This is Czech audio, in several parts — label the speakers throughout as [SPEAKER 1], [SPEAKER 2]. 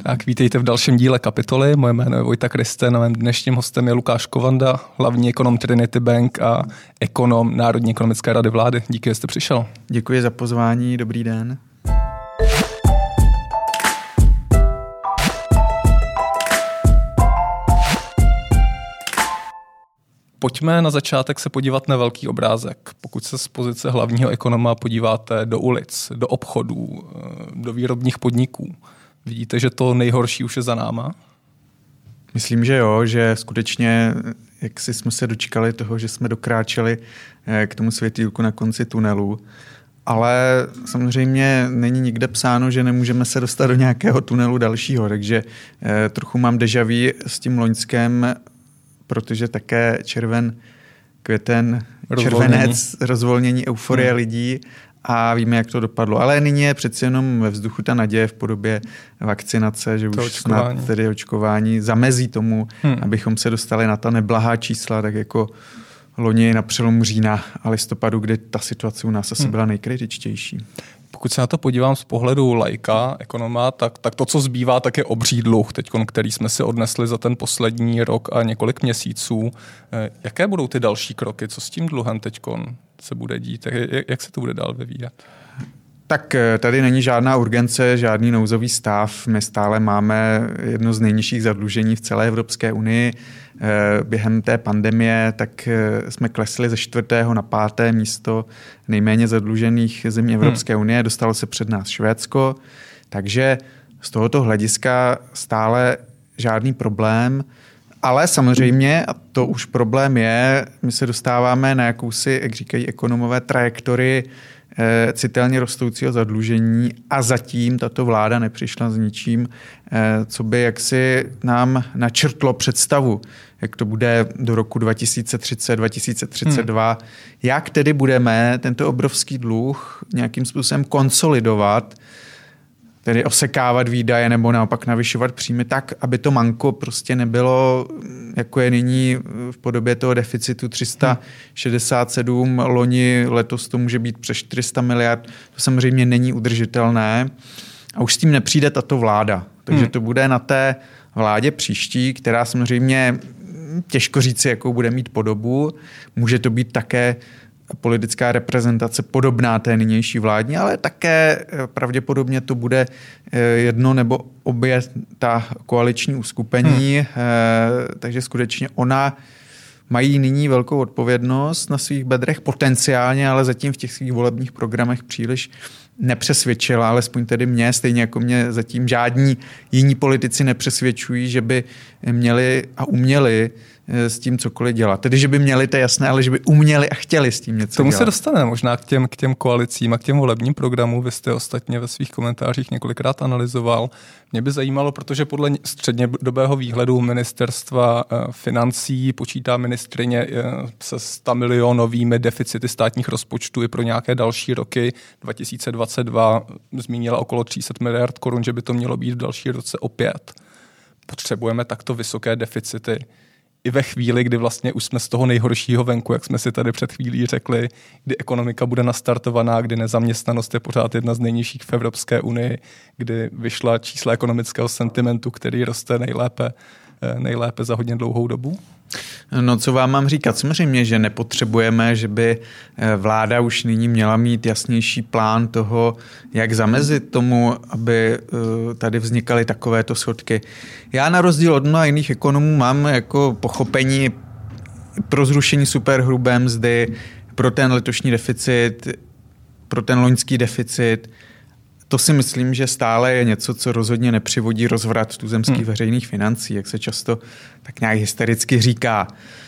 [SPEAKER 1] Tak vítejte v dalším díle Kapitoly. Moje jméno je Vojta Kristen a mým dnešním hostem je Lukáš Kovanda, hlavní ekonom Trinity Bank a ekonom Národní ekonomické rady vlády. Díky, že jste přišel.
[SPEAKER 2] Děkuji za pozvání, dobrý den.
[SPEAKER 1] Pojďme na začátek se podívat na velký obrázek. Pokud se z pozice hlavního ekonoma podíváte do ulic, do obchodů, do výrobních podniků, vidíte, že to nejhorší už je za náma?
[SPEAKER 2] Myslím, že jo, že skutečně, jak si jsme se dočkali toho, že jsme dokráčeli k tomu světýlku na konci tunelu, ale samozřejmě není nikde psáno, že nemůžeme se dostat do nějakého tunelu dalšího, takže trochu mám déjà vu s tím loňském, protože také červenec, rozvolnění, euforie lidí a víme, jak to dopadlo. Ale nyní je přeci jenom ve vzduchu ta naděje v podobě vakcinace, že už snad tedy očkování zamezí tomu, abychom se dostali na ta neblahá čísla, tak jako loni na přelomu října a listopadu, kdy ta situace u nás asi byla nejkritičtější.
[SPEAKER 1] Pokud se na to podívám z pohledu laika, ekonoma, tak to, co zbývá, tak je obří dluh, který jsme si odnesli za ten poslední rok a několik měsíců. Jaké budou ty další kroky? Co s tím dluhem teďkon se bude dít? Jak se to bude dál vyvíjet?
[SPEAKER 2] Tak tady není žádná urgence, žádný nouzový stav. My stále máme jedno z nejnižších zadlužení v celé Evropské unii. Během té pandemie tak jsme klesli ze 4. na 5. místo nejméně zadlužených zemí Evropské unie. Dostalo se před nás Švédsko. Takže z tohoto hlediska stále žádný problém. Ale samozřejmě, a to už problém je, my se dostáváme na jakousi, jak říkají ekonomové, trajektorii citelně rostoucího zadlužení a zatím tato vláda nepřišla s ničím, co by jaksi nám načrtlo představu, jak to bude do roku 2030, 2032, jak tedy budeme tento obrovský dluh nějakým způsobem konsolidovat, tedy osekávat výdaje nebo naopak navyšovat příjmy tak, aby to manko prostě nebylo, jako je nyní v podobě toho deficitu 367 loni, letos to může být přes 400 miliard. To samozřejmě není udržitelné a už s tím nepřijde tato vláda. Takže to bude na té vládě příští, která samozřejmě těžko říci, jakou bude mít podobu. Může to být také politická reprezentace podobná té nynější vládní, ale také pravděpodobně to bude jedno nebo obě ta koaliční uskupení, takže skutečně ona mají nyní velkou odpovědnost na svých bedrech potenciálně, ale zatím v těch svých volebních programech příliš nepřesvědčila, alespoň tedy mě, stejně jako mě zatím žádní jiní politici nepřesvědčují, že by měli a uměli s tím cokoliv dělat. Tedy, že by měli, to jasné, ale že by uměli a chtěli s tím něco
[SPEAKER 1] tomu
[SPEAKER 2] dělat.
[SPEAKER 1] Se dostaneme možná k těm koalicím a k těm volebním programům. Vy jste ostatně ve svých komentářích několikrát analyzoval. Mě by zajímalo, protože podle střednědobého výhledu ministerstva financí počítá ministryně se 100 milionovými deficity státních rozpočtů i pro nějaké další roky. 2022 zmínila okolo 300 miliard korun, že by to mělo být v další roce opět. Potřebujeme takto vysoké deficity i ve chvíli, kdy vlastně už jsme z toho nejhoršího venku, jak jsme si tady před chvílí řekli, kdy ekonomika bude nastartovaná, kdy nezaměstnanost je pořád jedna z nejnižších v Evropské unii, kdy vyšla čísla ekonomického sentimentu, který roste nejlépe za hodně dlouhou dobu?
[SPEAKER 2] No, co vám mám říkat? Samozřejmě, že nepotřebujeme, že by vláda už nyní měla mít jasnější plán toho, jak zamezit tomu, aby tady vznikaly takovéto schodky. Já na rozdíl od mnoha jiných ekonomů mám jako pochopení pro zrušení superhrubé mzdy, pro ten letošní deficit, pro ten loňský deficit. To si myslím, že stále je něco, co rozhodně nepřivodí rozvrat tuzemských veřejných financí, jak se často tak nějak hystericky říká.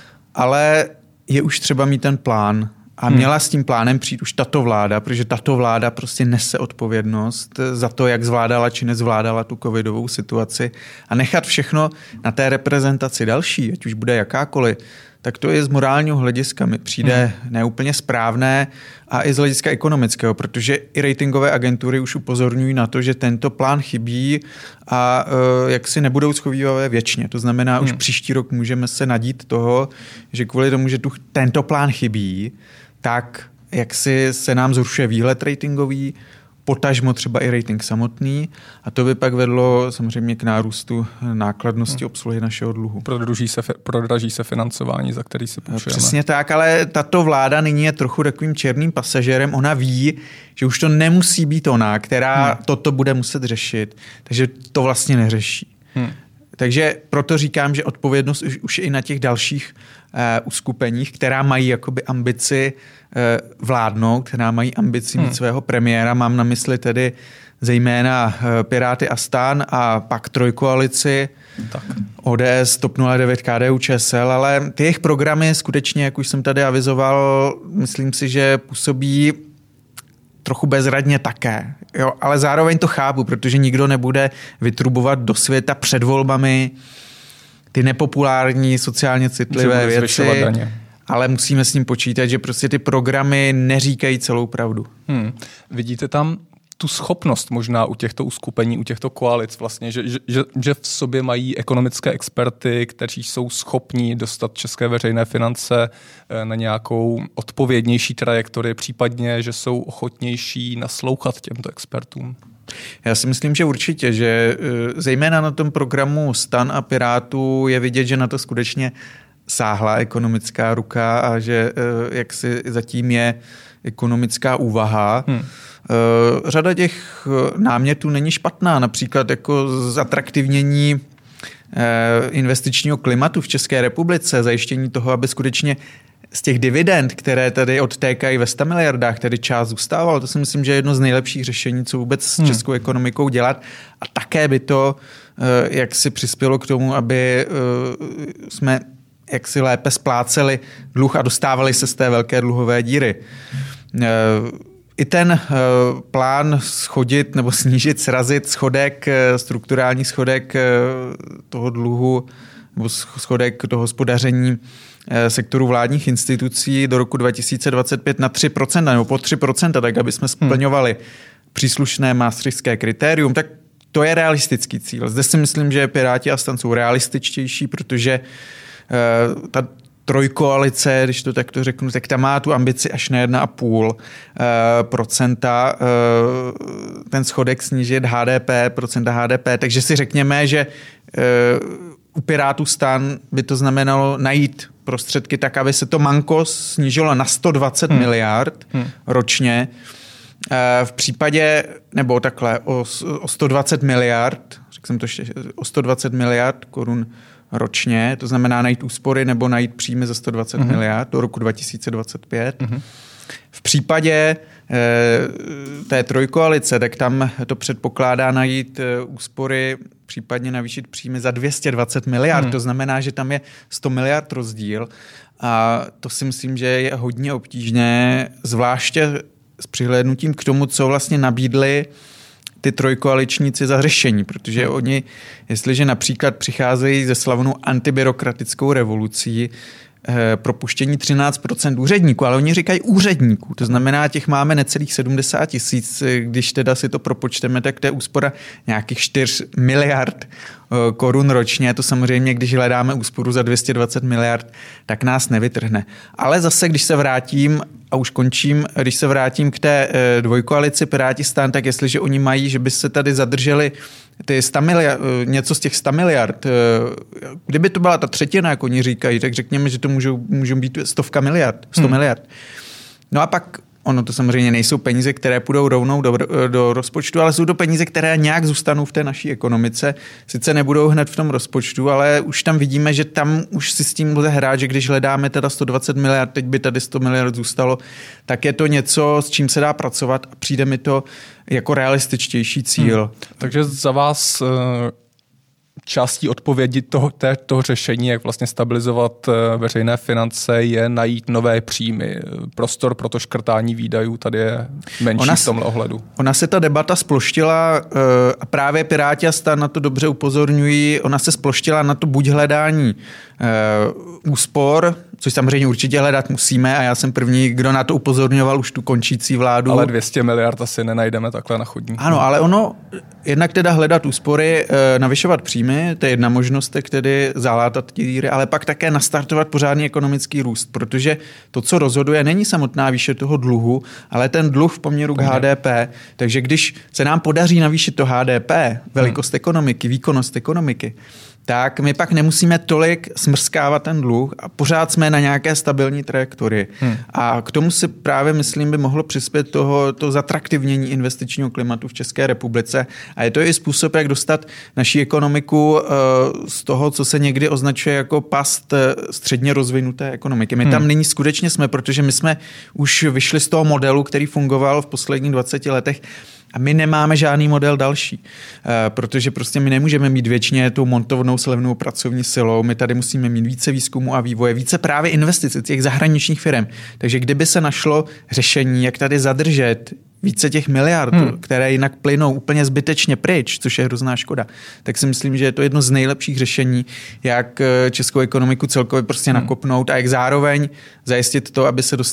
[SPEAKER 2] Ale je už třeba mít ten plán a měla s tím plánem přijít už tato vláda, protože tato vláda prostě nese odpovědnost za to, jak zvládala či nezvládala tu covidovou situaci a nechat všechno na té reprezentaci další, ať už bude jakákoliv, tak to je z morálního hlediska mi přijde neúplně správné a i z hlediska ekonomického, protože i ratingové agentury už upozorňují na to, že tento plán chybí a jak si nebudou schovývavé věčně. To znamená, už příští rok můžeme se nadít toho, že kvůli tomu, že tento plán chybí, tak jak si se nám zrušuje výhled ratingový, potažmo třeba i rating samotný a to by pak vedlo samozřejmě k nárůstu nákladnosti obsluhy našeho dluhu.
[SPEAKER 1] Prodraží se financování, za který si půjčujeme.
[SPEAKER 2] Přesně tak, ale tato vláda nyní je trochu takovým černým pasažérem. Ona ví, že už to nemusí být ona, která toto bude muset řešit, takže to vlastně neřeší. Takže proto říkám, že odpovědnost už i na těch dalších uskupeních, která mají jakoby ambici vládnout, která mají ambici mít svého premiéra. Mám na mysli tedy zejména Piráty a STAN a pak trojkoalici, ODS, TOP 09, KDU, ČSL, ale ty jejich programy skutečně, jak už jsem tady avizoval, myslím si, že působí trochu bezradně také. Jo, ale zároveň to chápu, protože nikdo nebude vytrubovat do světa před volbami ty nepopulární, sociálně citlivé věci, ale musíme s ním počítat, že prostě ty programy neříkají celou pravdu.
[SPEAKER 1] Vidíte tam tu schopnost možná u těchto uskupení, u těchto koalic vlastně, že v sobě mají ekonomické experty, kteří jsou schopní dostat české veřejné finance na nějakou odpovědnější trajektorii, případně, že jsou ochotnější naslouchat těmto expertům?
[SPEAKER 2] Já si myslím, že určitě, že zejména na tom programu STAN a Pirátů je vidět, že na to skutečně sáhla ekonomická ruka a že jaksi zatím je ekonomická úvaha. Řada těch námětů není špatná, například jako zatraktivnění investičního klimatu v České republice, zajištění toho, aby skutečně z těch dividend, které tady odtékají ve 100 miliardách, tedy část zůstávalo, to si myslím, že je jedno z nejlepších řešení, co vůbec s českou ekonomikou dělat. A také by to jaksi přispělo k tomu, aby jsme jaksi lépe spláceli dluh a dostávali se z té velké dluhové díry. I ten plán schodit nebo snížit, srazit schodek, strukturální schodek toho dluhu nebo schodek toho hospodaření sektoru vládních institucí do roku 2025 na 3%, nebo po 3%, tak aby jsme splňovali příslušné maastrichtské kritérium, tak to je realistický cíl. Zde si myslím, že Piráti a STAN jsou realističtější, protože ta trojkoalice, když to takto řeknu, tak ta má tu ambici až na 1,5% ten schodek snížit procenta HDP. Takže si řekněme, že u Pirátů STAN by to znamenalo najít prostředky tak, aby se to manko snížilo na 120 miliard ročně. V případě, nebo takhle, o 120 miliard, řekl jsem to ještě, o 120 miliard korun ročně, to znamená najít úspory nebo najít příjmy za 120 miliard do roku 2025. V případě té trojkoalice, tak tam to předpokládá najít úspory, případně navýšit příjmy za 220 miliard. To znamená, že tam je 100 miliard rozdíl a to si myslím, že je hodně obtížné, zvláště s přihlédnutím k tomu, co vlastně nabídli ty trojkoaličníci za řešení, protože oni, jestliže například přicházejí ze slavnou antibyrokratickou revolucí, propuštění 13% úředníků, ale oni říkají úředníků, to znamená, těch máme necelých 70 000, když teda si to propočteme, tak to je úspora nějakých 4 miliard korun ročně, to samozřejmě, když hledáme úsporu za 220 miliard, tak nás nevytrhne. Ale zase, když se vrátím, a už končím, když se vrátím k té dvojkoalici Piráti STAN, tak jestliže oni mají, že by se tady zadrželi ty 100 miliard, něco z těch 100 miliard, kdyby to byla ta třetina, jak oni říkají, tak řekněme, že to můžou být 100 miliard. No a pak ono to samozřejmě nejsou peníze, které půjdou rovnou do rozpočtu, ale jsou to peníze, které nějak zůstanou v té naší ekonomice. Sice nebudou hned v tom rozpočtu, ale už tam vidíme, že tam už si s tím lze hrát, že když hledáme teda 120 miliard, teď by tady 100 miliard zůstalo, tak je to něco, s čím se dá pracovat a přijde mi to jako realističtější cíl.
[SPEAKER 1] Takže za vás částí odpovědi toho řešení, jak vlastně stabilizovat veřejné finance, je najít nové příjmy. Prostor pro to škrtání výdajů tady je menší v tomhle ohledu. Ona
[SPEAKER 2] se ta debata sploštila a právě Piráti a STAN na to dobře upozorňují. Ona se sploštila na to buď hledání úspor, což samozřejmě určitě hledat musíme a já jsem první, kdo na to upozorňoval už tu končící vládu.
[SPEAKER 1] Ale 200 miliard asi nenajdeme takhle na chodníku.
[SPEAKER 2] Ano, ale ono, jednak teda hledat úspory, navyšovat příjmy, to je jedna možnost, tedy zalátat ty díry, ale pak také nastartovat pořádný ekonomický růst, protože to, co rozhoduje, není samotná výše toho dluhu, ale ten dluh v poměru k HDP. Takže když se nám podaří navýšit to HDP, velikost ekonomiky, výkonnost ekonomiky, tak my pak nemusíme tolik smrskávat ten dluh a pořád jsme na nějaké stabilní trajektorii. A k tomu si právě, myslím, by mohlo přispět to zatraktivnění investičního klimatu v České republice. A je to i způsob, jak dostat naši ekonomiku z toho, co se někdy označuje jako past středně rozvinuté ekonomiky. My tam nyní skutečně jsme, protože my jsme už vyšli z toho modelu, který fungoval v posledních 20 letech, a my nemáme žádný model další, protože prostě my nemůžeme mít věčně tu montovnou slevnou pracovní silou, my tady musíme mít více výzkumu a vývoje, více právě investic těch zahraničních firm. Takže kdyby se našlo řešení, jak tady zadržet více těch miliard, které jinak plynou úplně zbytečně pryč, což je hrozná škoda, tak si myslím, že je to jedno z nejlepších řešení, jak českou ekonomiku celkově prostě nakopnout a jak zároveň zajistit to, aby se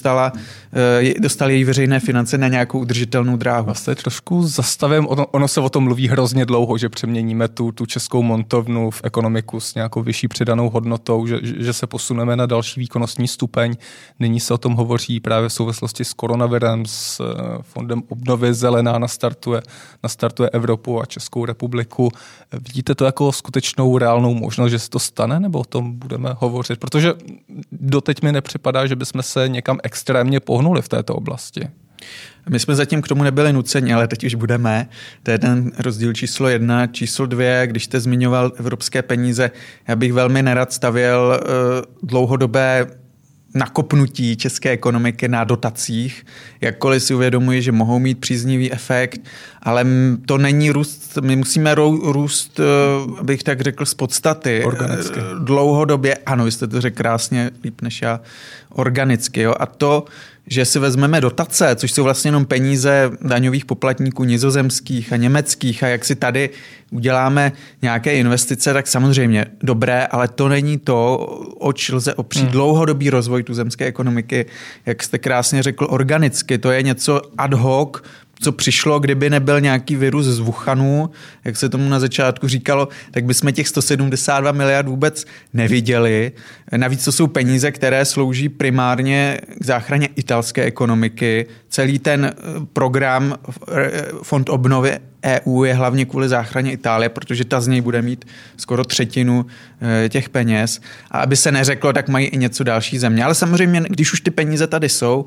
[SPEAKER 2] dostaly její veřejné finance na nějakou udržitelnou dráhu.
[SPEAKER 1] Vlastně trošku zastavím, ono se o tom mluví hrozně dlouho, že přeměníme tu českou montovnu v ekonomiku s nějakou vyšší přidanou hodnotou, že se posuneme na další výkonnostní stupeň. Nyní se o tom hovoří právě v souvislosti s koronavirem, s fondem obnovy zelená nastartuje Evropu a Českou republiku. Vidíte to jako skutečnou reálnou možnost, že se to stane, nebo o tom budeme hovořit? Protože doteď mi nepřipadá, že bychom se někam extrémně pohnuli v této oblasti.
[SPEAKER 2] My jsme zatím k tomu nebyli nuceni, ale teď už budeme. To je ten rozdíl číslo 1. Číslo 2, když jste zmiňoval evropské peníze, já bych velmi nerad stavěl dlouhodobé nakopnutí české ekonomiky na dotacích, jakkoliv si uvědomuji, že mohou mít příznivý efekt, ale to není růst, my musíme růst, abych tak řekl, z podstaty.
[SPEAKER 1] Organicky.
[SPEAKER 2] Dlouhodobě, ano, vy jste to řekl krásně, líp než já, organicky. Jo? A to, že si vezmeme dotace, což jsou vlastně jenom peníze daňových poplatníků nizozemských a německých a jak si tady uděláme nějaké investice, tak samozřejmě dobré, ale to není to, oč lze opřít dlouhodobý rozvoj tuzemské ekonomiky, jak jste krásně řekl, organicky. To je něco ad hoc, co přišlo, kdyby nebyl nějaký virus z Wuhanu, jak se tomu na začátku říkalo, tak bychom těch 172 miliard vůbec neviděli. Navíc to jsou peníze, které slouží primárně k záchraně italské ekonomiky. Celý ten program Fond obnovy EU je hlavně kvůli záchraně Itálie, protože ta z něj bude mít skoro třetinu těch peněz. A aby se neřeklo, tak mají i něco další země. Ale samozřejmě, když už ty peníze tady jsou,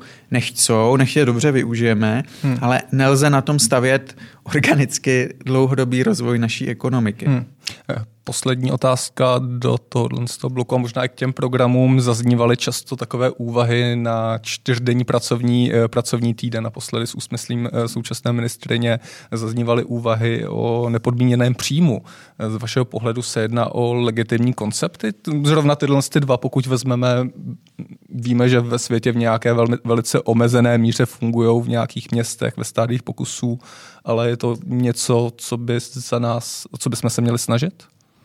[SPEAKER 2] nechť je dobře využijeme, ale nelze na tom stavět organicky dlouhodobý rozvoj naší ekonomiky.
[SPEAKER 1] Poslední otázka do tohoto bloku a možná i k těm programům zaznívaly často takové úvahy na 4denní pracovní týden. Naposledy s úsmyslím současné ministryně zaznívaly úvahy o nepodmíněném příjmu. Z vašeho pohledu se jedná o legitimní koncepty? Zrovna tyhle dva, pokud vezmeme, víme, že ve světě v nějaké velice omezené míře fungují v nějakých městech, ve stádiích pokusů, ale je to něco, co bychom se měli snažit?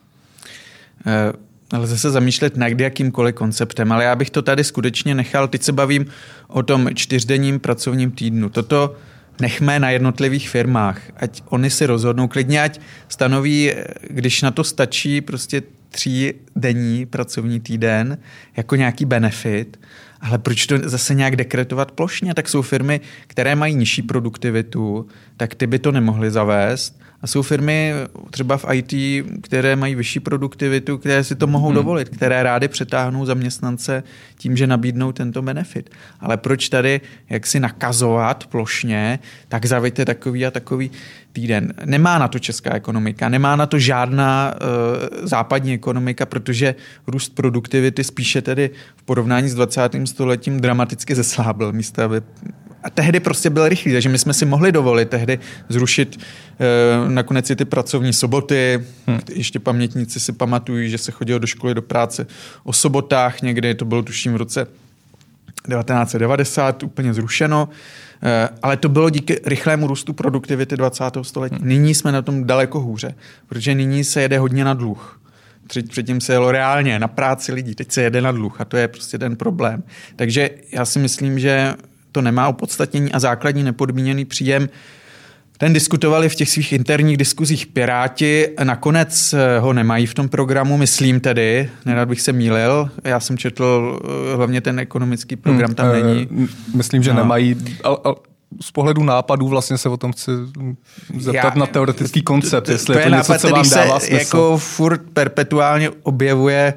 [SPEAKER 2] Lze se zamýšlet nad jakýmkoliv konceptem, ale já bych to tady skutečně nechal. Teď se bavím o tom 4denním pracovním týdnu. Toto nechme na jednotlivých firmách, ať oni si rozhodnou klidně, ať stanoví, když na to stačí prostě 3denní pracovní týden jako nějaký benefit, ale proč to zase nějak dekretovat plošně? Tak jsou firmy, které mají nižší produktivitu, tak ty by to nemohly zavést. A jsou firmy třeba v IT, které mají vyšší produktivitu, které si to mohou dovolit, které rády přetáhnou zaměstnance tím, že nabídnou tento benefit. Ale proč tady jak si nakazovat plošně, tak zaveďte takový a takový týden. Nemá na to česká ekonomika, nemá na to žádná západní ekonomika, protože růst produktivity spíše tedy v porovnání s 20. stoletím dramaticky zeslábl místo, aby a tehdy prostě byl rychlý, takže my jsme si mohli dovolit tehdy zrušit nakonec i ty pracovní soboty. Ještě pamětníci si pamatují, že se chodilo do školy, do práce o sobotách, někdy to bylo tuším v roce 1990 úplně zrušeno, ale to bylo díky rychlému růstu produktivity 20. století. Nyní jsme na tom daleko hůře, protože nyní se jede hodně na dluh. Předtím se jelo reálně na práci lidí, teď se jede na dluh a to je prostě ten problém. Takže já si myslím, že to nemá opodstatnění a základní nepodmíněný příjem. Ten diskutovali v těch svých interních diskuzích Piráti, nakonec ho nemají v tom programu, myslím tedy, nerad bych se mýlil, já jsem četl hlavně ten ekonomický program, tam není.
[SPEAKER 1] Myslím, že nemají, z pohledu nápadů vlastně se o tom chci zeptat na teoretický koncept, jestli je to něco, co vám dává smysl.
[SPEAKER 2] Jako furt perpetuálně objevuje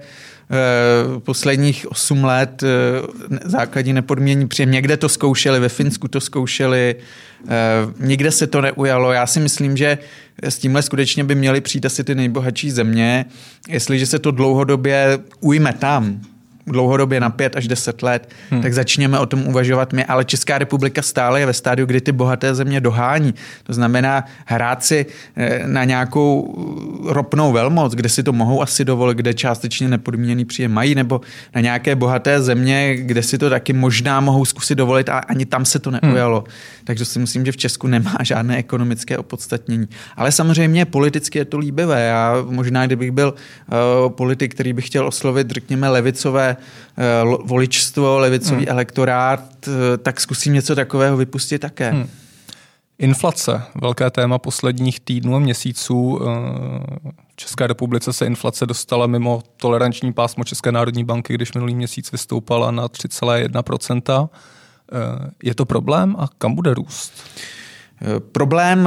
[SPEAKER 2] posledních 8 let základní nepodmíněný příjem. Někde to zkoušeli, ve Finsku to zkoušeli, nikde se to neujalo. Já si myslím, že s tímhle skutečně by měly přijít asi ty nejbohatší země, jestliže se to dlouhodobě ujme tam, dlouhodobě na 5 až 10 let, tak začněme o tom uvažovat my, ale Česká republika stále je ve stádiu, kdy ty bohaté země dohání. To znamená hrát si na nějakou ropnou velmoc, kde si to mohou asi dovolit, kde částečně nepodmíněný příjem mají, nebo na nějaké bohaté země, kde si to taky možná mohou zkusit dovolit a ani tam se to neujalo. Takže si myslím, že v Česku nemá žádné ekonomické opodstatnění. Ale samozřejmě politicky je to líbivé. Já možná, kdybych byl politik, který by chtěl oslovit, řekněme, levicové voličstvo, levicový elektorát, tak zkusím něco takového vypustit také.
[SPEAKER 1] Inflace, velké téma posledních týdnů a měsíců. V České republice se inflace dostala mimo toleranční pásmo České národní banky, když minulý měsíc vystoupala na 3,1%. Je to problém a kam bude růst?
[SPEAKER 2] Problém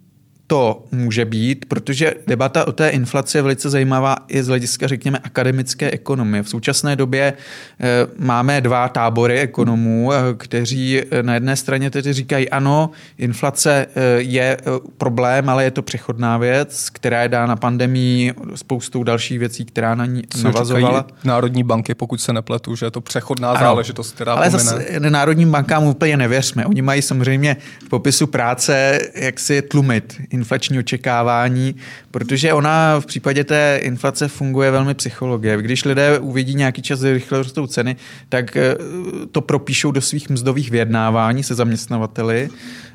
[SPEAKER 2] to může být, protože debata o té inflaci je velice zajímavá i z hlediska, řekněme, akademické ekonomie. V současné době máme 2 tábory ekonomů, kteří na jedné straně tedy říkají, ano, inflace je problém, ale je to přechodná věc, která je dána pandemií, spoustou dalších věcí, která na ní navazovala.
[SPEAKER 1] Národní banky, pokud se nepletu, že je to přechodná záležitost, která
[SPEAKER 2] ale zase národním bankám úplně nevěřme. Oni mají samozřejmě v popisu práce jak si tlumit inflační očekávání, protože ona v případě té inflace funguje velmi psychologie. Když lidé uvidí nějaký čas, kdy rychle rostou ceny, tak to propíšou do svých mzdových vyjednávání se zaměstnavateli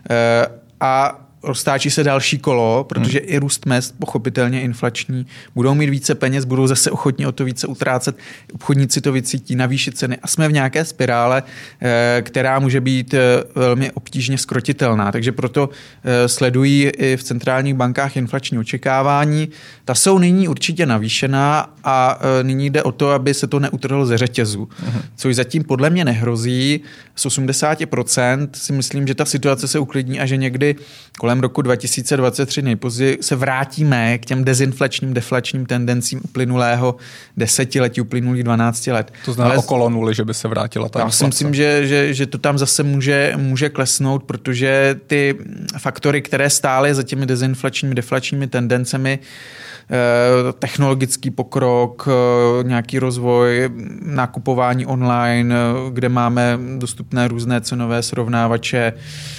[SPEAKER 2] a roztáčí se další kolo, protože i růst mezd, pochopitelně inflační, budou mít více peněz, budou zase ochotní o to více utrácet, obchodníci to vycítí, navýšit ceny a jsme v nějaké spirále, která může být velmi obtížně zkrotitelná. Takže proto sledují i v centrálních bankách inflační očekávání. Ta jsou nyní určitě navýšená a nyní jde o to, aby se to neutrhlo ze řetězu, což zatím podle mě nehrozí. Z 80% si myslím, že ta situace se uklidní a že někdy kolem roku 2023 nejpozději se vrátíme k těm dezinflačním, deflačním tendencím uplynulého desetiletí, uplynulých 12 let.
[SPEAKER 1] To znamená okolo nuly, že by se vrátila ta inflace.
[SPEAKER 2] Já si myslím, že to tam zase může klesnout, protože ty faktory, které stály za těmi dezinflačními, deflačními tendencemi, technologický pokrok, nějaký rozvoj, nakupování online, kde máme dostupné různé cenové srovnávače,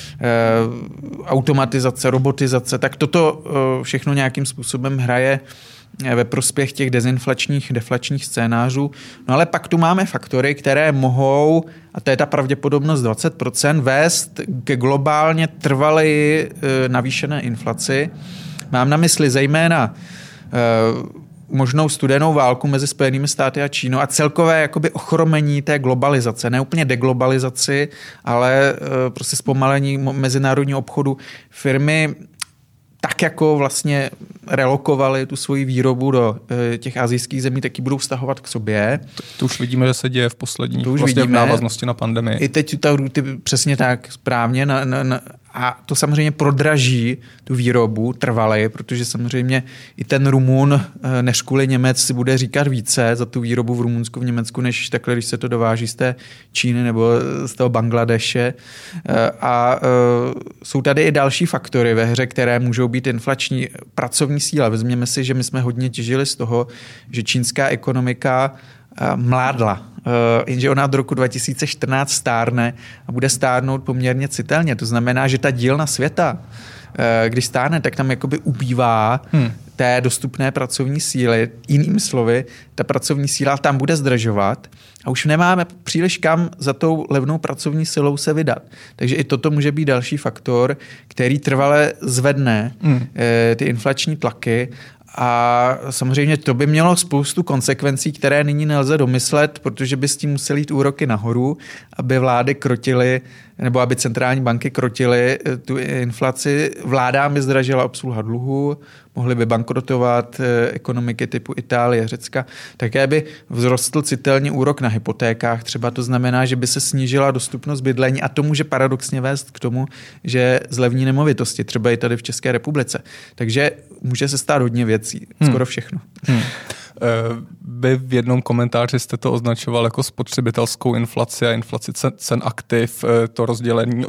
[SPEAKER 2] automatizace, robotizace, tak toto všechno nějakým způsobem hraje ve prospěch těch dezinflačních, deflačních scénářů. No ale pak tu máme faktory, které mohou, a to je ta pravděpodobnost 20%, vést ke globálně trvaleji navýšené inflaci. Mám na mysli zejména možnou studenou válku mezi Spojenými státy a Čínou a celkové jakoby ochromení té globalizace, ne úplně deglobalizaci, ale prostě zpomalení mezinárodního obchodu. Firmy tak jako vlastně relokovali tu svoji výrobu do těch asijských zemí, tak ji budou stahovat k sobě.
[SPEAKER 1] To už vidíme, že se děje v posledních vlastně v návaznosti na pandemii.
[SPEAKER 2] I teď ty přesně tak správně a to samozřejmě prodraží tu výrobu trvale, protože samozřejmě i ten Rumun, než kvůli Němec, si bude říkat více za tu výrobu v Rumunsku, v Německu, než takhle, když se to dováží z té Číny nebo z toho Bangladeše. A jsou tady i další faktory ve hře, které můžou být inflační. Pracovní síla. Vezměme si, že my jsme hodně těžili z toho, že čínská ekonomika mládla. Jenže ona do roku 2014 stárne a bude stárnout poměrně citelně. To znamená, že ta dílna světa, když stárne, tak tam jakoby ubývá té dostupné pracovní síly. Jinými slovy, ta pracovní síla tam bude zdražovat a už nemáme příliš kam za tou levnou pracovní silou se vydat. Takže i toto může být další faktor, který trvale zvedne ty inflační tlaky A samozřejmě to by mělo spoustu konsekvencí, které nyní nelze domyslet, protože by s tím museli jít úroky nahoru, aby vlády krotily, nebo aby centrální banky krotily tu inflaci. Vládám by zdražila obsluha dluhu, mohly by bankrotovat ekonomiky typu Itálie, Řecka. Také by vzrostl citelně úrok na hypotékách. Třeba to znamená, že by se snížila dostupnost bydlení a to může paradoxně vést k tomu, že zlevní nemovitosti, třeba i tady v České republice. Takže může se stát hodně věcí, skoro všechno.
[SPEAKER 1] Vy v jednom komentáři jste to označoval jako spotřebitelskou inflaci a inflaci cen aktiv, to rozdělení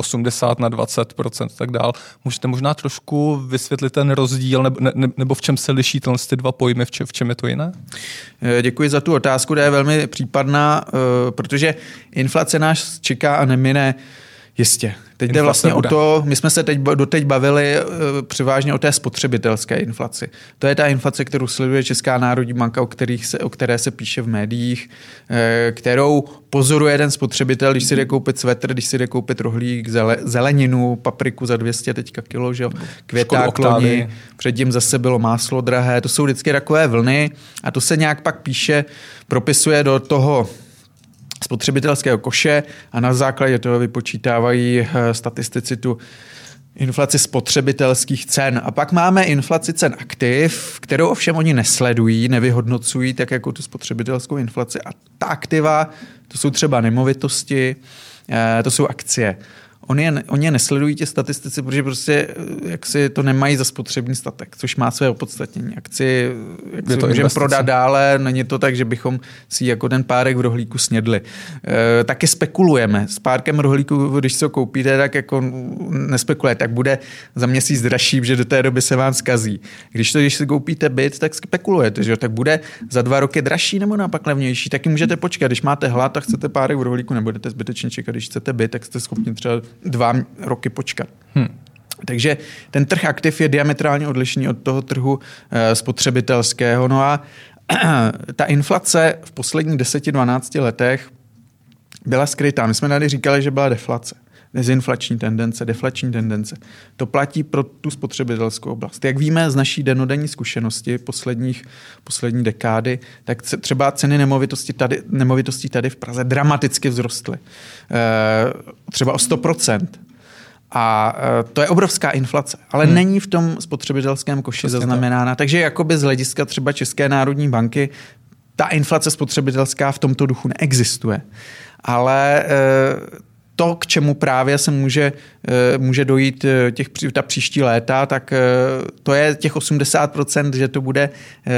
[SPEAKER 1] 80-20% a tak dál. Můžete možná trošku vysvětlit ten rozdíl, nebo v čem se liší ty dva pojmy, v čem je to jiné?
[SPEAKER 2] Děkuji za tu otázku, ta je velmi případná, protože inflace nás čeká a nemine jistě. Teď jde vlastně o to, my jsme se doteď bavili převážně o té spotřebitelské inflaci. To je ta inflace, kterou sleduje Česká národní banka, o které se píše v médiích, kterou pozoruje ten spotřebitel, když si jde koupit svetr, když si jde koupit rohlík, zeleninu, papriku za 200 teďka kilo, že? Květák loni, předtím zase bylo máslo drahé. To jsou vždycky takové vlny a to se nějak pak píše, propisuje do toho spotřebitelského koše a na základě toho vypočítávají statistici tu inflaci spotřebitelských cen. A pak máme inflaci cen aktiv, kterou ovšem oni nesledují, nevyhodnocují, tak jako tu spotřebitelskou inflaci. A ta aktiva, to jsou třeba nemovitosti, to jsou akcie. Oni nesledují ti statistici, protože prostě jak si to nemají za spotřební statek, což má své opodstatnění. Akci můžeme prodat dále, není to tak, že bychom si jako ten párek v rohlíku snědli. Taky spekulujeme. S párkem rohlíku, když si ho koupíte, tak jako nespekulujete, tak bude za měsíc dražší, že do té doby se vám zkazí. Když si koupíte byt, tak spekulujete, že tak bude za 2 roky dražší nebo naopak levnější. Taky můžete počkat, když máte hlad a chcete párek v rohlíku, nebudete zbytečně čekat, když chcete byt, tak jste schopni třeba 2 roky počkat. Takže ten trh aktiv je diametrálně odlišný od toho trhu spotřebitelského. No a ta inflace v posledních 10-12 letech byla skrytá. My jsme tady říkali, že byla deflace. Dezinflační tendence, deflační tendence. To platí pro tu spotřebitelskou oblast. Jak víme z naší dennodenní zkušenosti poslední dekády, tak třeba ceny nemovitostí tady v Praze dramaticky vzrostly. Třeba o 100%. A to je obrovská inflace, ale není v tom spotřebitelském koši zaznamenána. Takže jakoby z hlediska třeba České národní banky ta inflace spotřebitelská v tomto duchu neexistuje. Ale to, k čemu právě se může dojít ta příští léta, tak to je těch 80%, že to bude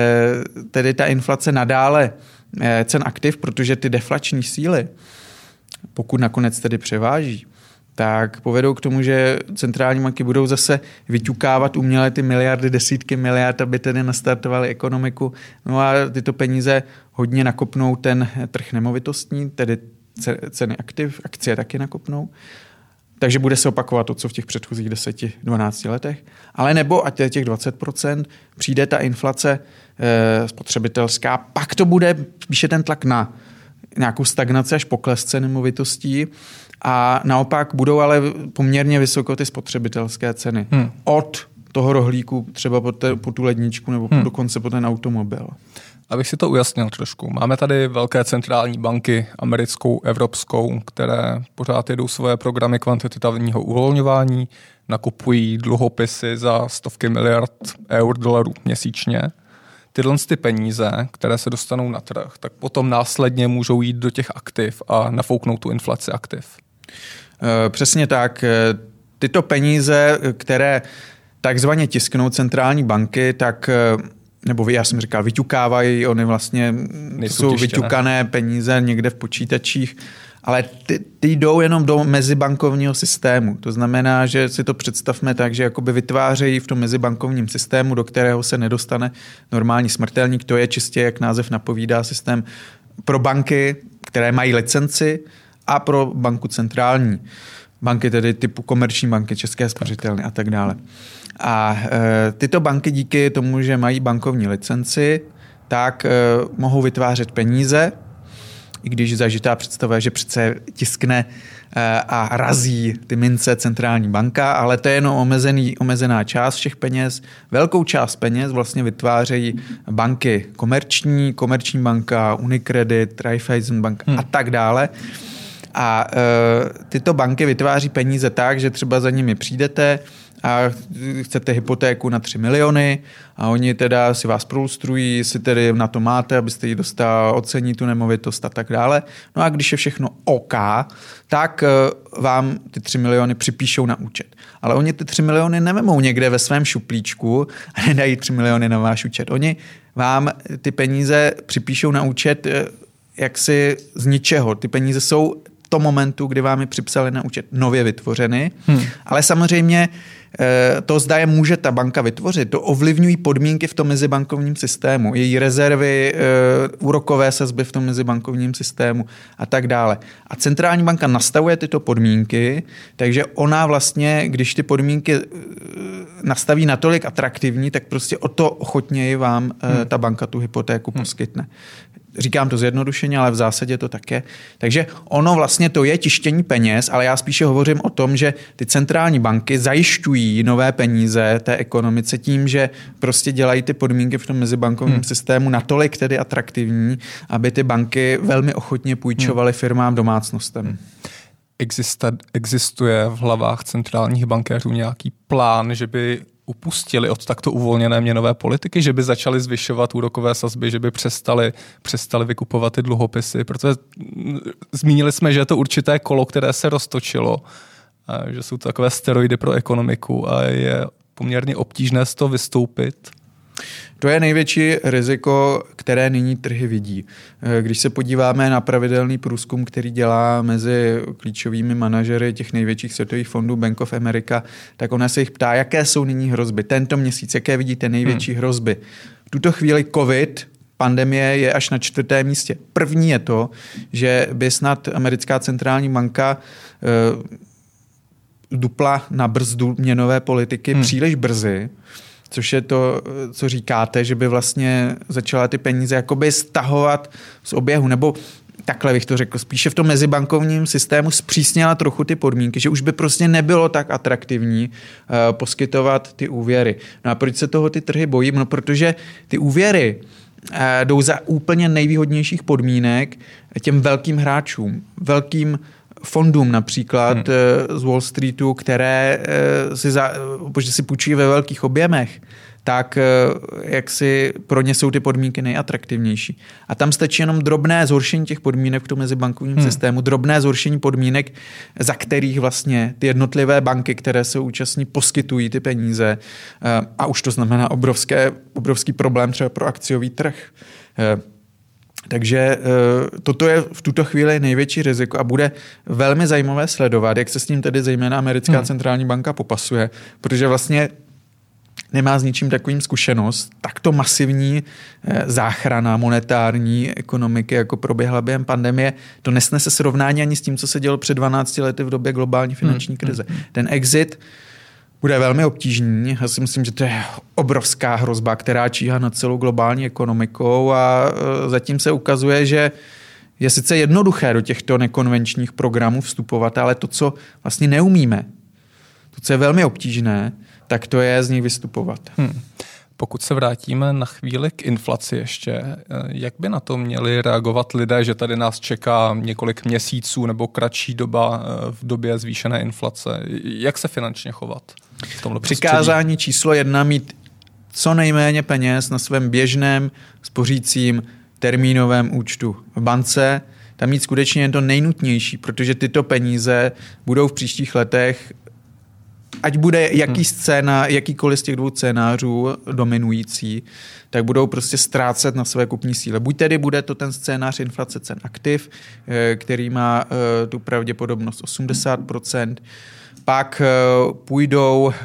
[SPEAKER 2] tedy ta inflace nadále cen aktiv, protože ty deflační síly, pokud nakonec tedy převáží, tak povedou k tomu, že centrální banky budou zase vyťukávat uměle ty miliardy, desítky miliard, aby tedy nastartovaly ekonomiku. No a tyto peníze hodně nakopnou ten trh nemovitostní, tedy ceny aktiv, akcie taky nakopnou. Takže bude se opakovat to, co v těch předchozích 10-12 letech. Ale nebo, ať je těch 20%, přijde ta inflace spotřebitelská, pak to bude spíše ten tlak na nějakou stagnaci až pokles cen nemovitostí a naopak budou ale poměrně vysoko ty spotřebitelské ceny. Od toho rohlíku třeba po tu ledničku nebo dokonce po ten automobil.
[SPEAKER 1] Abych si to ujasnil trošku. Máme tady velké centrální banky, americkou, evropskou, které pořád jedou svoje programy kvantitativního uvolňování, nakupují dluhopisy za stovky miliard eur, dolarů měsíčně. Tyhle ty peníze, které se dostanou na trh, tak potom následně můžou jít do těch aktiv a nafouknout tu inflaci aktiv.
[SPEAKER 2] Přesně tak. Tyto peníze, které takzvaně tisknou centrální banky, tak nebo já jsem říkal, vyťukávají, oni vlastně jsou vyťukané peníze někde v počítačích, ale ty jdou jenom do mezibankovního systému. To znamená, že si to představme tak, že jakoby vytvářejí v tom mezibankovním systému, do kterého se nedostane normální smrtelník. To je čistě, jak název napovídá, systém pro banky, které mají licenci a pro banku centrální. Banky tedy typu komerční banky, České spořitelny a tak dále. A tyto banky díky tomu, že mají bankovní licenci, tak mohou vytvářet peníze i když zažitá představa, že přece tiskne a razí ty mince centrální banka, ale to je jenom omezená část všech peněz. Velkou část peněz vlastně vytvářejí banky komerční banka, Unicredit, Raiffeisen banka a tak dále. A tyto banky vytváří peníze tak, že třeba za nimi přijdete a chcete hypotéku na 3 miliony a oni teda si vás prolustrují, jestli tedy na to máte, abyste ji dostal, ocení tu nemovitost a tak dále. No a když je všechno OK, tak vám ty 3 miliony připíšou na účet. Ale oni ty 3 miliony nevemou někde ve svém šuplíčku a nedají 3 miliony na váš účet. Oni vám ty peníze připíšou na účet jaksi z ničeho. Ty peníze jsou v tom momentu, kdy vám je připsali na účet nově vytvořeny, ale samozřejmě to, zda je může ta banka vytvořit, to ovlivňují podmínky v tom mezibankovním systému, její rezervy, úrokové sazby v tom mezibankovním systému a tak dále. A centrální banka nastavuje tyto podmínky, takže ona vlastně, když ty podmínky nastaví natolik atraktivní, tak prostě o to ochotněji vám ta banka tu hypotéku poskytne. Říkám to zjednodušeně, ale v zásadě to také. Takže ono vlastně to je tištění peněz, ale já spíše hovořím o tom, že ty centrální banky zajišťují nové peníze té ekonomice tím, že prostě dělají ty podmínky v tom mezibankovním systému natolik tedy atraktivní, aby ty banky velmi ochotně půjčovaly firmám, domácnostem.
[SPEAKER 1] Existuje v hlavách centrálních bankéřů nějaký plán, že by upustili od takto uvolněné měnové politiky, že by začali zvyšovat úrokové sazby, že by přestali vykupovat ty dluhopisy, protože zmínili jsme, že je to určité kolo, které se roztočilo, že jsou to takové steroidy pro ekonomiku a je poměrně obtížné z toho vystoupit.
[SPEAKER 2] To je největší riziko, které nyní trhy vidí. Když se podíváme na pravidelný průzkum, který dělá mezi klíčovými manažery těch největších světových fondů Bank of America, tak ona se jich ptá, jaké jsou nyní hrozby. Tento měsíc, jaké vidíte největší hrozby. V tuto chvíli COVID, pandemie je až na 4. místě. První je to, že by snad americká centrální banka dupla na brzdu měnové politiky příliš brzy, což je to, co říkáte, že by vlastně začala ty peníze jakoby stahovat z oběhu, nebo takhle bych to řekl, spíše v tom mezibankovním systému zpřísnila trochu ty podmínky, že už by prostě nebylo tak atraktivní poskytovat ty úvěry. No a proč se toho ty trhy bojí? No protože ty úvěry jdou za úplně nejvýhodnějších podmínek těm velkým hráčům, velkým fondům například z Wall Streetu, které si půjčují ve velkých objemech, tak jak si pro ně jsou ty podmínky nejatraktivnější. A tam stačí jenom drobné zhoršení těch podmínek v tom mezibankovním systému, drobné zhoršení podmínek, za kterých vlastně ty jednotlivé banky, které se účastní, poskytují ty peníze. A už to znamená obrovský problém třeba pro akciový trh. Takže toto je v tuto chvíli největší riziko a bude velmi zajímavé sledovat, jak se s ním tedy zejména americká centrální banka popasuje, protože vlastně nemá s ničím takovým zkušenost. Takto masivní záchrana monetární ekonomiky, jako proběhla během pandemie, to nesnese srovnání ani s tím, co se dělo před 12 lety v době globální finanční krize. Ten exit bude velmi obtížný. Já si myslím, že to je obrovská hrozba, která číhá nad celou globální ekonomikou a zatím se ukazuje, že je sice jednoduché do těchto nekonvenčních programů vstupovat, ale to, co vlastně neumíme, to, co je velmi obtížné, tak to je z nich vystupovat.
[SPEAKER 1] Pokud se vrátíme na chvíli k inflaci ještě, jak by na to měli reagovat lidé, že tady nás čeká několik měsíců nebo kratší doba v době zvýšené inflace? Jak se finančně chovat v tomhle prostředí?
[SPEAKER 2] Přikázání číslo 1 mít co nejméně peněz na svém běžném spořícím termínovém účtu v bance, tam mít skutečně jen to nejnutnější, protože tyto peníze budou v příštích letech, ať bude jakýkoliv z těch dvou scénářů dominující, tak budou prostě ztrácet na své kupní síle. Buď tedy bude to ten scénář inflace cen aktiv, který má tu pravděpodobnost 80%, pak půjdou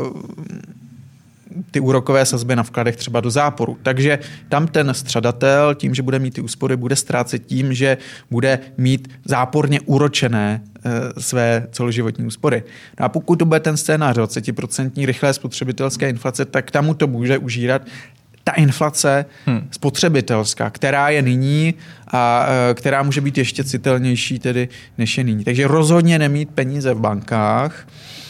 [SPEAKER 2] ty úrokové sazby na vkladech třeba do záporu. Takže tam ten střadatel tím, že bude mít ty úspory, bude ztrácet tím, že bude mít záporně úročené své celoživotní úspory. No a pokud to bude ten scénář 20% rychlé spotřebitelské inflace, tak tam mu to bude užírat ta inflace spotřebitelská, která je nyní a která může být ještě citelnější tedy, než je nyní. Takže rozhodně nemít peníze v bankách,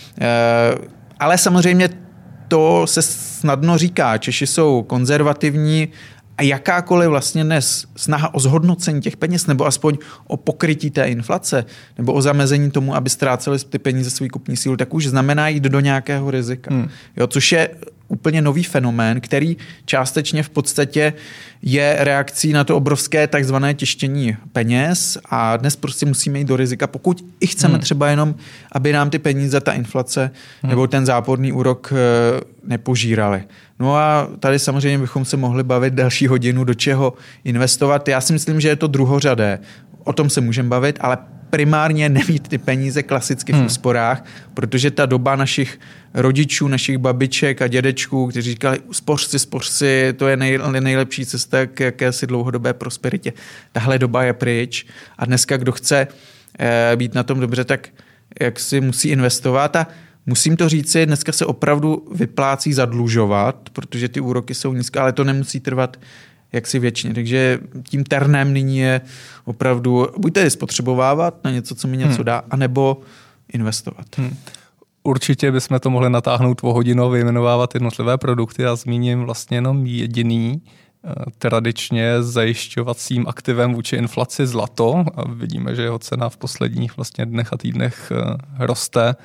[SPEAKER 2] ale samozřejmě to se snadno říká. Češi jsou konzervativní a jakákoliv vlastně dnes snaha o zhodnocení těch peněz nebo aspoň o pokrytí té inflace nebo o zamezení tomu, aby ztráceli ty peníze svou kupní sílu, tak už znamená jít do nějakého rizika. Jo, což je úplně nový fenomén, který částečně v podstatě je reakcí na to obrovské takzvané tištění peněz a dnes prostě musíme jít do rizika, pokud i chceme třeba jenom, aby nám ty peníze, ta inflace nebo ten záporný úrok nepožírali. No a tady samozřejmě bychom se mohli bavit další hodinu, do čeho investovat. Já si myslím, že je to druhořadé. O tom se můžeme bavit, ale primárně nemít ty peníze klasicky v úsporách, protože ta doba našich rodičů, našich babiček a dědečků, kteří říkali, spoř si, to je nejlepší cesta k jakési dlouhodobé prosperitě. Tahle doba je pryč a dneska, kdo chce být na tom dobře, tak jak si musí investovat a musím to říci, dneska se opravdu vyplácí zadlužovat, protože ty úroky jsou nízké, ale to nemusí trvat jaksi věčně. Takže tím ternem nyní je opravdu buď tedy spotřebovávat na něco, co mi něco dá, anebo investovat.
[SPEAKER 1] Určitě bychom to mohli natáhnout o hodinu, vyjmenovávat jednotlivé produkty a zmíním vlastně jenom jediný, tradičně zajišťovacím aktivem vůči inflaci zlato. A vidíme, že jeho cena v posledních vlastně dnech a týdnech roste.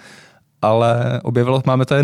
[SPEAKER 1] Ale máme tady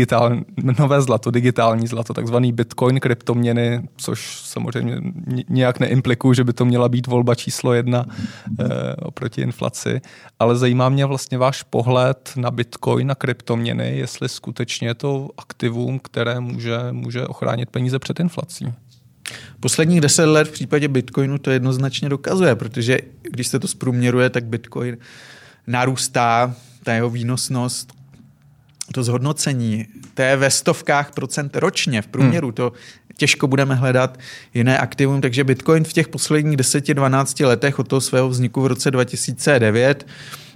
[SPEAKER 1] nové zlato, digitální zlato, takzvaný Bitcoin, kryptoměny, což samozřejmě nějak neimplikuje, že by to měla být volba číslo 1 oproti inflaci. Ale zajímá mě vlastně váš pohled na Bitcoin, na kryptoměny, jestli skutečně je to aktivum, které může ochránit peníze před inflací.
[SPEAKER 2] Posledních 10 let v případě Bitcoinu to jednoznačně dokazuje, protože když se to zprůměruje, tak Bitcoin narůstá, ta jeho výnosnost, to zhodnocení, to je ve stovkách procent ročně v průměru, to těžko budeme hledat jiné aktivum, takže Bitcoin v těch posledních 10-12 letech od toho svého vzniku v roce 2009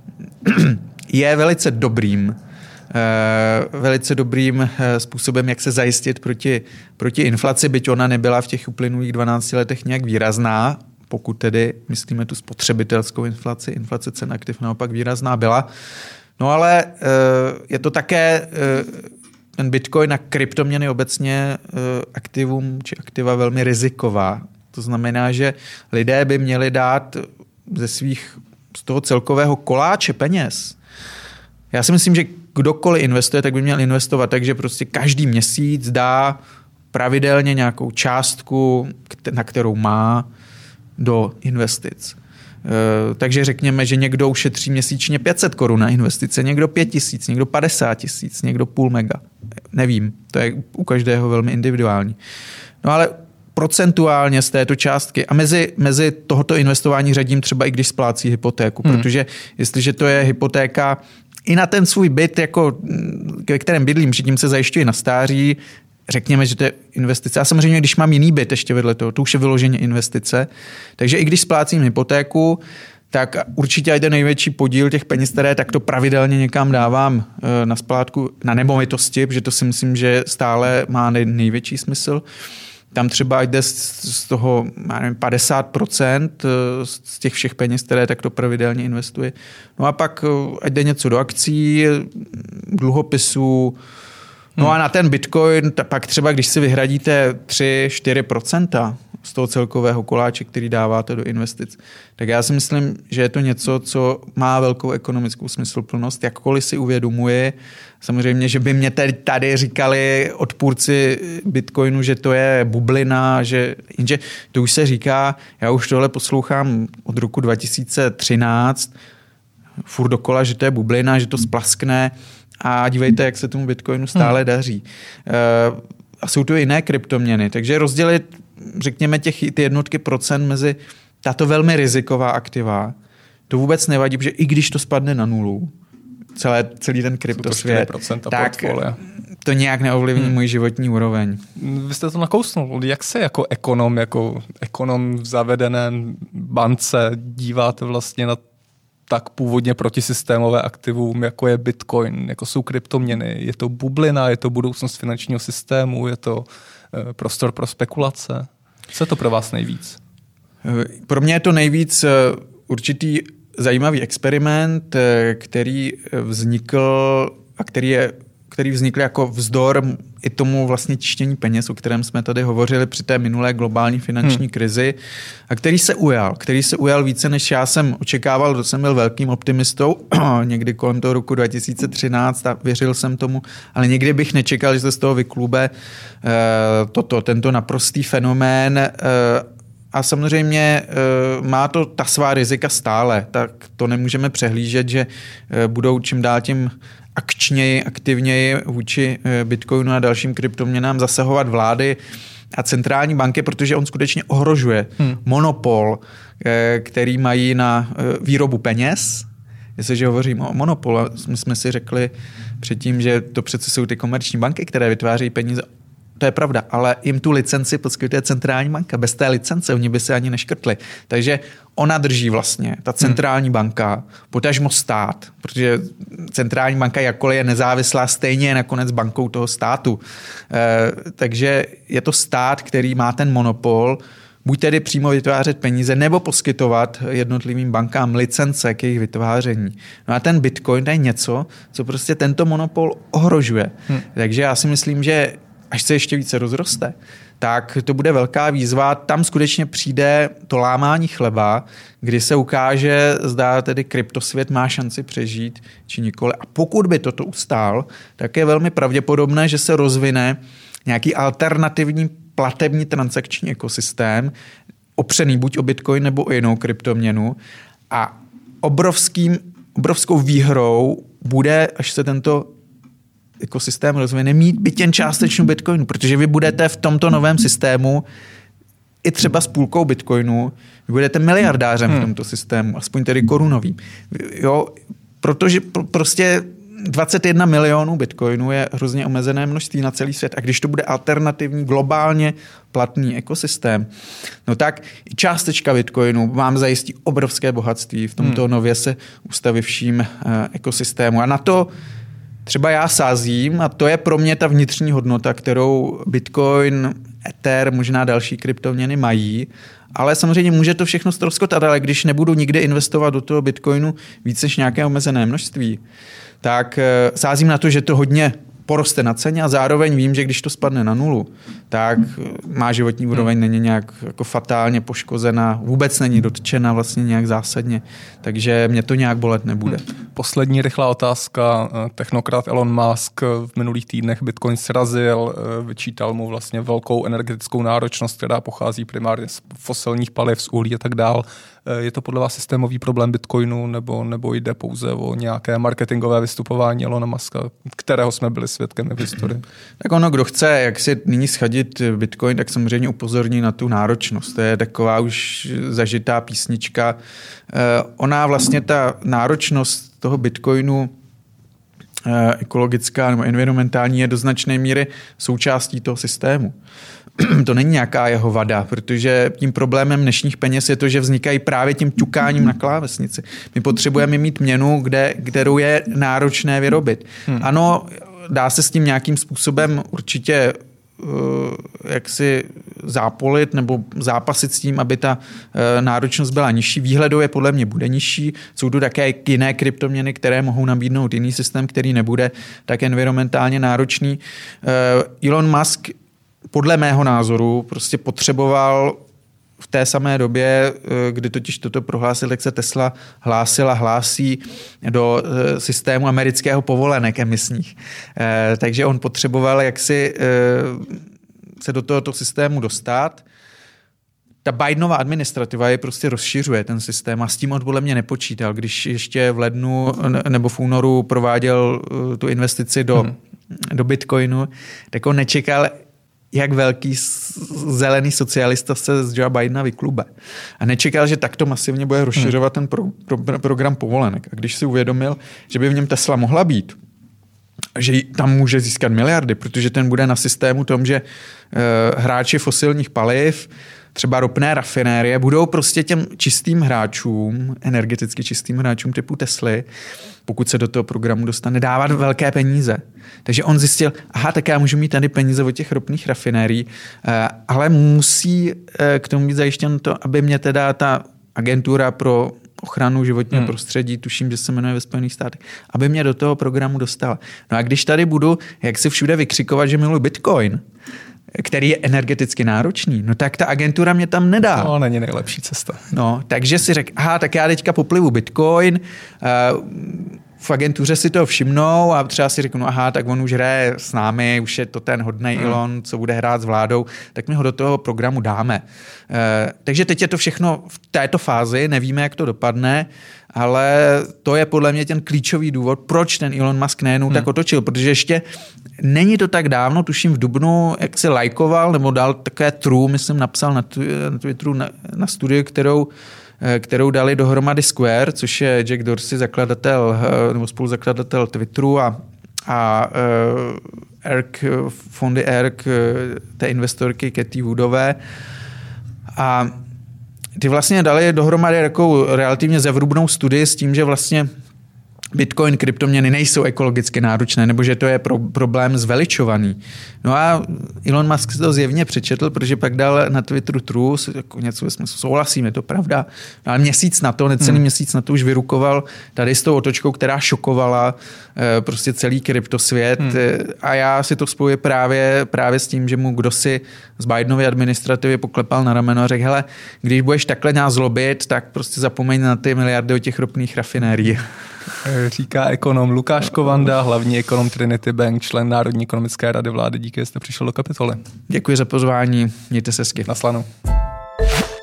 [SPEAKER 2] je velice dobrým způsobem, jak se zajistit proti inflaci, byť ona nebyla v těch uplynulých 12 letech nějak výrazná, pokud tedy myslíme tu spotřebitelskou inflace cen aktiv naopak výrazná byla. No ale je to také ten Bitcoin a kryptoměny obecně aktivum či aktiva velmi riziková. To znamená, že lidé by měli dát z toho celkového koláče peněz. Já si myslím, že kdokoliv investuje, tak by měl investovat tak, že prostě každý měsíc dá pravidelně nějakou částku, na kterou má, do investic. Takže řekněme, že někdo ušetří měsíčně 500 korun na investice, někdo 5 000, někdo 50 000, někdo půl mega. Nevím, to je u každého velmi individuální. No ale procentuálně z této částky a mezi tohoto investování řadím třeba i když splácí hypotéku, protože jestliže to je hypotéka i na ten svůj byt, jako, ve kterém bydlím, že tím se zajišťuji na stáří, řekněme, že to je investice. A samozřejmě, když mám jiný byt ještě vedle toho, to už je vyloženě investice. Takže i když splácím hypotéku, tak určitě jde největší podíl těch peněz, které takto pravidelně někam dávám na splátku na nemovitosti, protože to si myslím, že stále má největší smysl. Tam třeba jde z toho 50% z těch všech peněz, které takto pravidelně investuje. No a pak jde něco do akcí, dluhopisů. No a na ten Bitcoin, pak třeba když si vyhradíte 3-4% z toho celkového koláče, který dáváte do investic, tak já si myslím, že je to něco, co má velkou ekonomickou smysluplnost, jakkoliv si uvědomuji. Samozřejmě, že by mě tady říkali odpůrci Bitcoinu, že to je bublina, jenže to už se říká, já už tohle poslouchám od roku 2013, furt dokola, že to je bublina, že to splaskne. A dívejte, jak se tomu Bitcoinu stále daří. A jsou tu jiné kryptoměny. Takže rozdělit, řekněme, ty jednotky procent mezi tato velmi riziková aktiva, to vůbec nevadí, protože i když to spadne na nulu, celý ten kryptosvět, tak to nějak neovlivní můj životní úroveň.
[SPEAKER 1] Vy jste to nakousnul. Jak se jako ekonom v zavedeném bance díváte vlastně na tak původně protisystémové aktivum, jako je Bitcoin, jako jsou kryptoměny? Je to bublina, je to budoucnost finančního systému, je to prostor pro spekulace? Co je to pro vás nejvíc?
[SPEAKER 2] Pro mě je to nejvíc určitý zajímavý experiment, který vznikl a který vznikl jako vzdor i tomu vlastně tištění peněz, o kterém jsme tady hovořili při té minulé globální finanční krizi, a který se ujal více, než já jsem očekával. To jsem byl velkým optimistou někdy kolem toho roku 2013 a věřil jsem tomu, ale nikdy bych nečekal, že se z toho vyklube tento naprostý fenomén. A samozřejmě má to ta svá rizika stále, tak to nemůžeme přehlížet, že budou čím dál tím aktivněji vůči Bitcoinu a dalším kryptoměnám zasahovat vlády a centrální banky, protože on skutečně ohrožuje monopol, který mají na výrobu peněz. Jestliže hovořím o monopolu, my jsme si řekli předtím, že to přece jsou ty komerční banky, které vytvářejí peníze. To je pravda, ale jim tu licenci poskytuje centrální banka. Bez té licence oni by se ani neškrtli. Takže ona drží vlastně, ta centrální banka, potažmo stát, protože centrální banka jakkoliv je nezávislá, stejně je nakonec bankou toho státu. Takže je to stát, který má ten monopol, buď tedy přímo vytvářet peníze, nebo poskytovat jednotlivým bankám licence k jejich vytváření. No a ten Bitcoin je něco, co prostě tento monopol ohrožuje. Takže já si myslím, že až se ještě více rozroste, tak to bude velká výzva. Tam skutečně přijde to lámání chleba, kdy se ukáže, zda tedy kryptosvět má šanci přežít, či nikoli. A pokud by toto ustál, tak je velmi pravděpodobné, že se rozvine nějaký alternativní platební transakční ekosystém, opřený buď o Bitcoin nebo o jinou kryptoměnu. A obrovskou výhrou bude, až se tento ekosystém rozvine, mít byť jen částečnou Bitcoinu, protože vy budete v tomto novém systému i třeba s půlkou Bitcoinu, vy budete miliardářem v tomto systému, aspoň tedy korunovým. Jo, protože prostě 21 milionů Bitcoinů je hrozně omezené množství na celý svět a když to bude alternativní, globálně platný ekosystém, no tak i částečka Bitcoinu vám zajistí obrovské bohatství v tomto nově se ustavivším ekosystému. A na to třeba já sázím a to je pro mě ta vnitřní hodnota, kterou Bitcoin, Ether, možná další kryptoměny mají, ale samozřejmě může to všechno ztroskotat, ale když nebudu nikdy investovat do toho Bitcoinu víc než nějaké omezené množství, tak sázím na to, že to hodně poroste na ceně a zároveň vím, že když to spadne na nulu, tak má životní úroveň není nějak jako fatálně poškozená, vůbec není dotčena vlastně nějak zásadně, takže mě to nějak bolet nebude.
[SPEAKER 1] Poslední rychlá otázka. Technokrat Elon Musk v minulých týdnech Bitcoin srazil, vyčítal mu vlastně velkou energetickou náročnost, která pochází primárně z fosilních paliv, z uhlí a tak dál. Je to podle vás systémový problém Bitcoinu nebo jde pouze o nějaké marketingové vystupování Elona Muska, kterého jsme byli svědkem v historii?
[SPEAKER 2] Tak ono, kdo chce, jak si nyní schadit Bitcoin, tak samozřejmě upozorní na tu náročnost. To je taková už zažitá písnička. Ona vlastně ta náročnost toho Bitcoinu ekologická nebo environmentální je do značné míry součástí toho systému. To není nějaká jeho vada, protože tím problémem dnešních peněz je to, že vznikají právě tím ťukáním na klávesnici. My potřebujeme mít měnu, kterou je náročné vyrobit. Ano, dá se s tím nějakým způsobem určitě jak si zápolit nebo zápasit s tím, aby ta náročnost byla nižší. Výhledově podle mě bude nižší. Jsou tu také jiné kryptoměny, které mohou nabídnout jiný systém, který nebude tak environmentálně náročný. Elon Musk podle mého názoru prostě potřeboval v té samé době, kdy totiž toto prohlásil, tak se Tesla hlásil a hlásí do systému amerického povolenek emisních. Takže on potřeboval jaksi se do tohoto systému dostat. Ta Bidenova administrativa je prostě rozšiřuje ten systém a s tím on podle mě nepočítal, když ještě v lednu nebo v únoru prováděl tu investici do Bitcoinu, tak on nečekal, jak velký zelený socialista se z Joe Bidena vyklube. A nečekal, že takto masivně bude rozšiřovat ten program povolenek. A když si uvědomil, že by v něm Tesla mohla být, že tam může získat miliardy, protože ten bude na systému tom, že hráči fosilních paliv třeba ropné rafinérie budou prostě těm čistým hráčům, energeticky čistým hráčům typu Tesly, pokud se do toho programu dostane, dávat velké peníze. Takže on zjistil, tak já můžu mít tady peníze od těch ropných rafinérií, ale musí k tomu být zajištěno to, aby mě teda ta agentura pro ochranu životního prostředí, tuším, že se jmenuje ve Spojených státech, aby mě do toho programu dostala. No a když tady budu, jak si všude vykřikovat, že miluji Bitcoin, který je energeticky náročný, no tak ta agentura mě tam nedá.
[SPEAKER 1] To není nejlepší cesta.
[SPEAKER 2] No, takže si řekl, tak já teďka poplivu Bitcoin, v agentuře si to všimnou a třeba si řeknu, tak on už hraje s námi, už je to ten hodnej Elon, co bude hrát s vládou, tak my ho do toho programu dáme. Takže teď je to všechno v této fázi, nevíme, jak to dopadne, ale to je podle mě ten klíčový důvod, proč ten Elon Musk nejenom tak otočil, protože ještě není to tak dávno, tuším v dubnu, jak se lajkoval, nebo dal také true, myslím, napsal na Twitteru na studii, kterou dali dohromady Square, což je Jack Dorsey, zakladatel nebo spoluzakladatel Twitteru a fondy ERK, té investorky Cathie Woodové. A ty vlastně dali dohromady takovou relativně zevrubnou studii s tím, že vlastně Bitcoin, kryptoměny nejsou ekologicky náročné, nebo že to je problém zveličovaný. No a Elon Musk si to zjevně přečetl, protože pak dal na Twitteru true, jako něco ve smyslu, souhlasím, je to pravda. No ale necelý měsíc na to už vyrukoval tady s tou otočkou, která šokovala prostě celý kryptosvět. A já si to spojuji právě s tím, že mu kdosi z Bidenovy administrativy poklepal na rameno a řekl, hele, když budeš takhle nás zlobit, tak prostě zapomeň na ty miliardy od těch ropných rafinérií.
[SPEAKER 1] Říká ekonom Lukáš Kovanda, hlavní ekonom Trinity Bank, člen Národní ekonomické rady vlády. Díky, že jste přišel do Kapitoly.
[SPEAKER 2] Děkuji za pozvání, mějte se hezky.
[SPEAKER 1] Naslanou.